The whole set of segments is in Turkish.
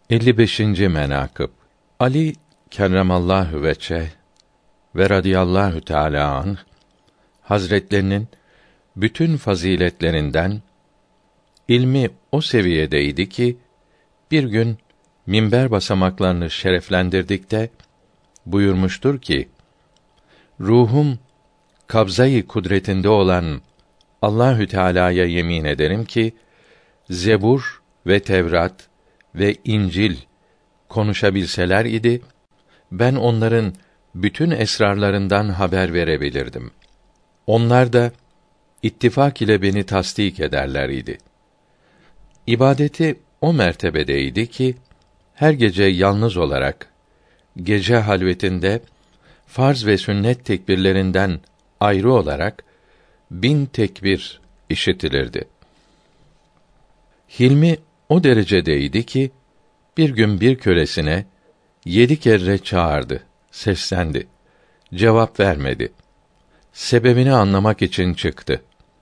55. menakıb Ali kerremallahu veçhe ve radıyallahu teâlâ anh Hazretlerinin bütün faziletlerinden ilmi o seviyedeydi ki bir gün minber basamaklarını şereflendirdikte buyurmuştur ki: Ruhum kabza-i kudretinde olan Allahü Teala'ya yemin ederim ki Zebur ve Tevrat ve İncil konuşabilseler idi, ben onların bütün esrarlarından haber verebilirdim. Onlar da ittifak ile beni tasdik ederler idi. İbadeti o mertebedeydi ki her gece yalnız olarak gece halvetinde farz ve sünnet tekbirlerinden ayrı olarak 1000 tekbir işitilirdi. Hilmi o derecedeydi ki bir gün bir kölesine 7 kere çağırdı, seslendi. Cevap vermedi. Sebebini anlamak için çıktı.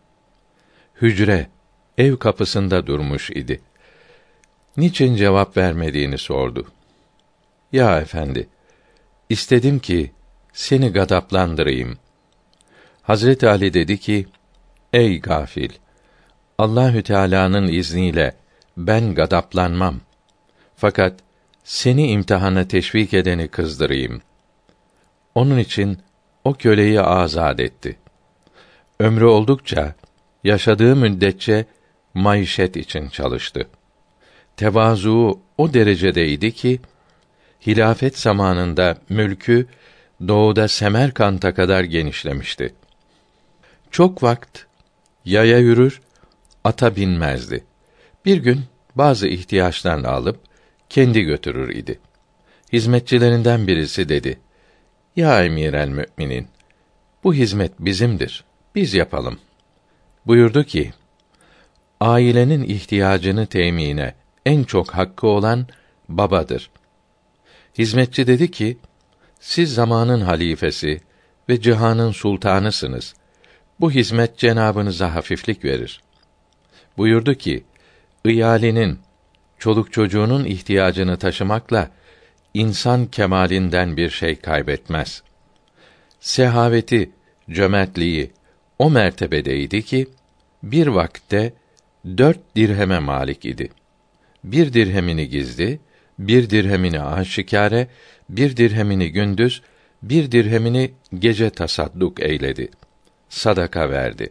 Hücre, ev kapısında durmuş idi. Niçin cevap vermediğini sordu. Ya efendi, istedim ki seni gadaplandırayım. Hazreti Ali dedi ki: Ey gafil! Allahü Teala'nın izniyle ben gadaplanmam. Fakat seni imtihana teşvik edeni kızdırayım. Onun için o köleyi azad etti. Ömrü oldukça, yaşadığı müddetçe maişet için çalıştı. Tevazuu o derecedeydi ki hilafet zamanında mülkü doğuda Semerkant'a kadar genişlemişti. Çok vakit yaya yürür, ata binmezdi. Bir gün bazı ihtiyaçlarını alıp kendi götürür idi. Hizmetçilerinden birisi dedi: Ya emîrel mü'minin, bu hizmet bizimdir, biz yapalım. Buyurdu ki: Ailenin ihtiyacını temine en çok hakkı olan babadır. Hizmetçi dedi ki: Siz zamanın halifesi ve cihanın sultanısınız. Bu hizmet cenabınıza hafiflik verir. Buyurdu ki: İyalinin, çoluk çocuğunun ihtiyacını taşımakla insan kemalinden bir şey kaybetmez. Sehaveti, cömertliği o mertebedeydi ki bir vakte 4 dirheme malik idi. 1 dirhemini gizli, 1 dirhemini aşikâre, 1 dirhemini gündüz, 1 dirhemini gece tasadduk eyledi. Sadaka verdi.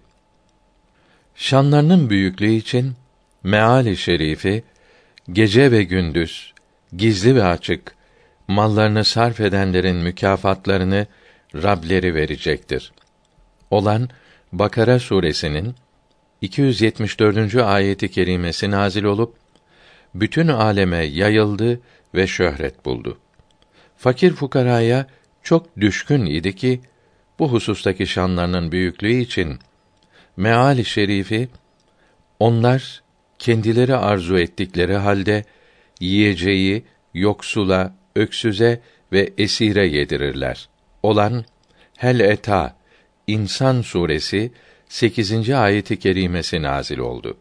Şanlarının büyüklüğü için meali şerifi gece ve gündüz, gizli ve açık mallarını sarf edenlerin mükafatlarını Rableri verecektir. Olan Bakara suresinin 274. ayeti kerimesi nazil olup bütün aleme yayıldı ve şöhret buldu. Fakir fukaraya çok düşkün idi ki bu husustaki şanlarının büyüklüğü için meali şerifi onlar kendileri arzu ettikleri halde yiyeceği yoksula, öksüze ve esire yedirirler. Olan Hel Eta İnsan suresi 8. ayeti kerimesi nazil oldu.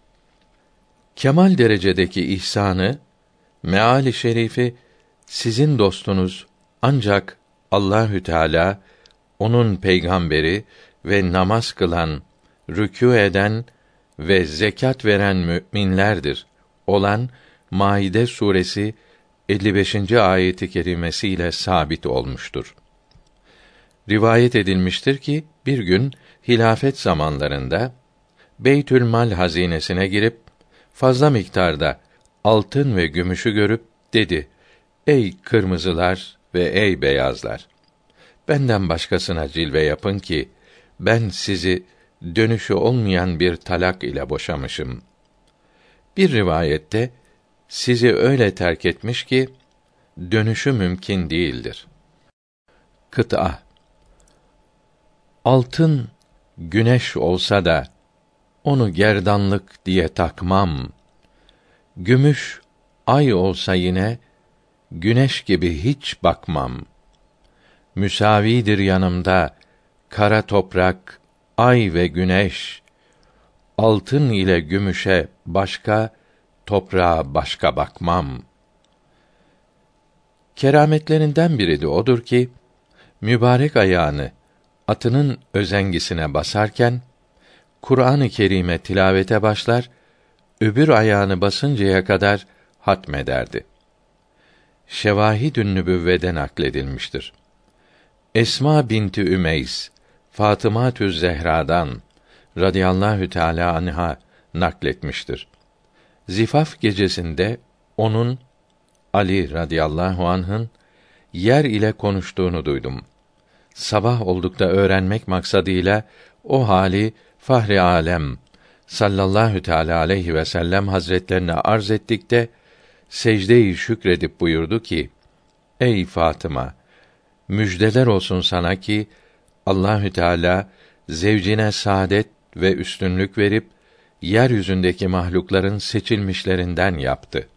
Kemal derecedeki ihsanı meali şerifi sizin dostunuz ancak Allahü Teala, onun peygamberi ve namaz kılan, rükû eden ve zekat veren müminlerdir. Olan Maide suresi 55. ayeti kerimesiyle sabit olmuştur. Rivayet edilmiştir ki bir gün hilafet zamanlarında Beytülmal hazinesine girip fazla miktarda altın ve gümüşü görüp dedi: Ey kırmızılar ve ey beyazlar! Benden başkasına cilve yapın ki ben sizi dönüşü olmayan bir talak ile boşamışım. Bir rivayette sizi öyle terk etmiş ki dönüşü mümkün değildir. Kıta: Altın güneş olsa da onu gerdanlık diye takmam. Gümüş ay olsa yine güneş gibi hiç bakmam. Müsavidir yanımda kara toprak, ay ve güneş. Altın ile gümüşe başka, toprağa başka bakmam. Kerametlerinden biri de odur ki, mübarek ayağını atının özengisine basarken, Kur'an-ı Kerim'e tilavete başlar, öbür ayağını basıncaya kadar hatmederdi. Şevahid-ün Nübüvve'den nakledilmiştir. Esma binti Ümeys, Fatıma-tü Zehra'dan radıyallahu teâlâ anha nakletmiştir. Zifaf gecesinde onun Ali radıyallahu anh'ın yer ile konuştuğunu duydum. Sabah oldukta öğrenmek maksadıyla o hali Fahri Alem sallallahu teâlâ aleyhi ve sellem hazretlerine arz ettik de secde-i şükredip buyurdu ki: Ey Fatıma, müjdeler olsun sana ki Allahü Teala zevcine saadet ve üstünlük verip yeryüzündeki mahlukların seçilmişlerinden yaptı.